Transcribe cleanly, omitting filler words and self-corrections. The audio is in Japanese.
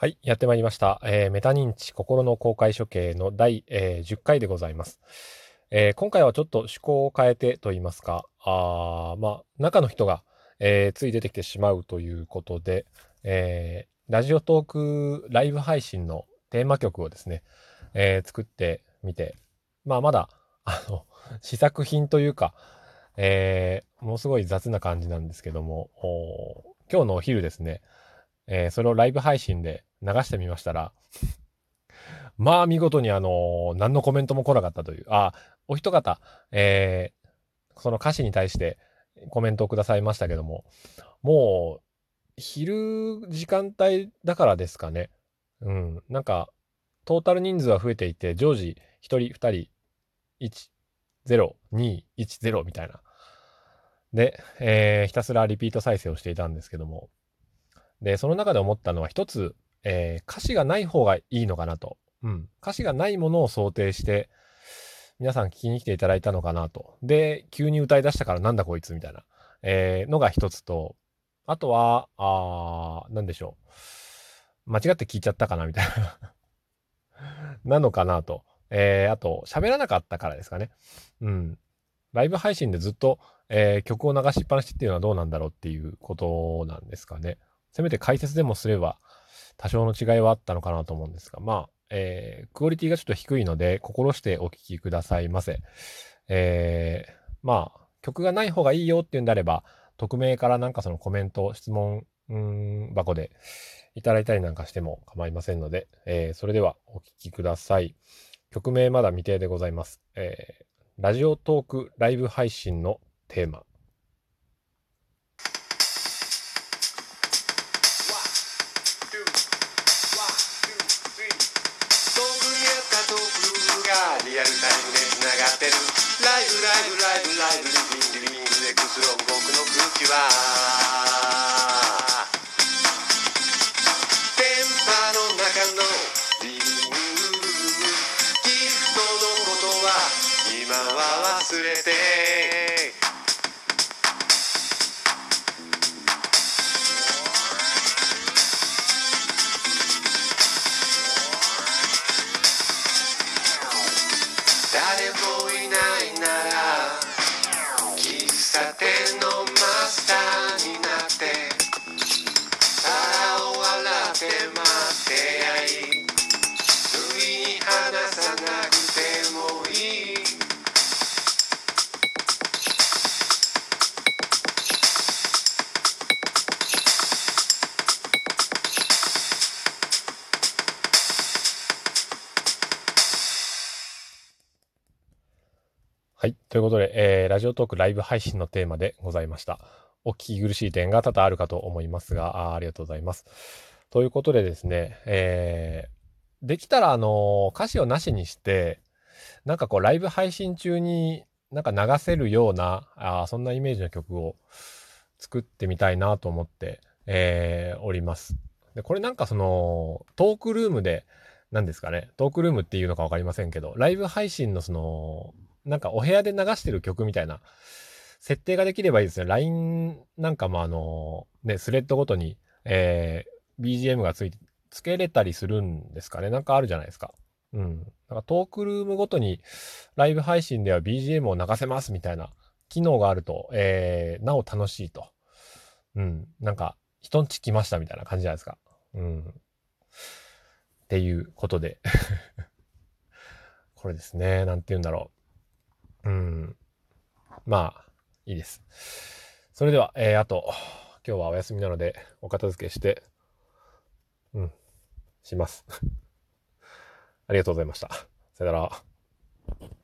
はい、やってまいりました。メタ認知心の公開処刑の第、10回でございます。今回はちょっと趣向を変えてと言いますか、中の人が、つい出てきてしまうということで、ラジオトークライブ配信のテーマ曲をですね、作ってみて、まだ、試作品というか、ものすごい雑な感じなんですけども、今日のお昼ですね、それをライブ配信で流してみましたら、見事に何のコメントも来なかったという、お一方、その歌詞に対してコメントをくださいましたけども、もう、昼時間帯だからですかね。うん。トータル人数は増えていて、常時1人、2人、1、0、2、1、0みたいな。で、ひたすらリピート再生をしていたんですけども、で、その中で思ったのは一つ、歌詞がない方がいいのかなと。うん。歌詞がないものを想定して、皆さん聞きに来ていただいたのかなと。で、急に歌い出したからなんだこいつみたいな、のが一つと、あとは、なんでしょう。間違って聞いちゃったかなみたいななのかなと。あと、喋らなかったからですかね。うん。ライブ配信でずっと、曲を流しっぱなしっていうのはどうなんだろうっていうことなんですかね。せめて解説でもすれば多少の違いはあったのかなと思うんですが、クオリティがちょっと低いので心してお聞きくださいませ。曲がない方がいいよっていうんであれば、匿名からそのコメント、質問、箱でいただいたりなんかしても構いませんので、それではお聞きください。曲名まだ未定でございます。ラジオトークライブ配信のテーマ。 リアルタイムでつながってるライブライブライブライブリビングでくつろぐ僕の空気は電波の中のリビングギフトのことは今は忘れて誰もいないなら喫茶店のマスターになって皿を洗って待ってやい不意に話さなくてもいいはい。ということで、ラジオトークライブ配信のテーマでございました。お聞き苦しい点が多々あるかと思いますが、ありがとうございます。ということでですね、できたら歌詞をなしにして、ライブ配信中に流せるような、そんなイメージの曲を作ってみたいなと思って、おります。で、これトークルームで、何ですかね、トークルームっていうのかわかりませんけど、ライブ配信のお部屋で流してる曲みたいな、設定ができればいいですね。LINE スレッドごとに、BGM がつけれたりするんですかね。あるじゃないですか。うん。トークルームごとにライブ配信では BGM を流せますみたいな機能があると、なお楽しいと。うん。人んち来ましたみたいな感じじゃないですか。うん。っていうことで。これですね。なんて言うんだろう。うん。いいです。それでは、今日はお休みなので、お片付けして、うん、します。ありがとうございました。さよなら。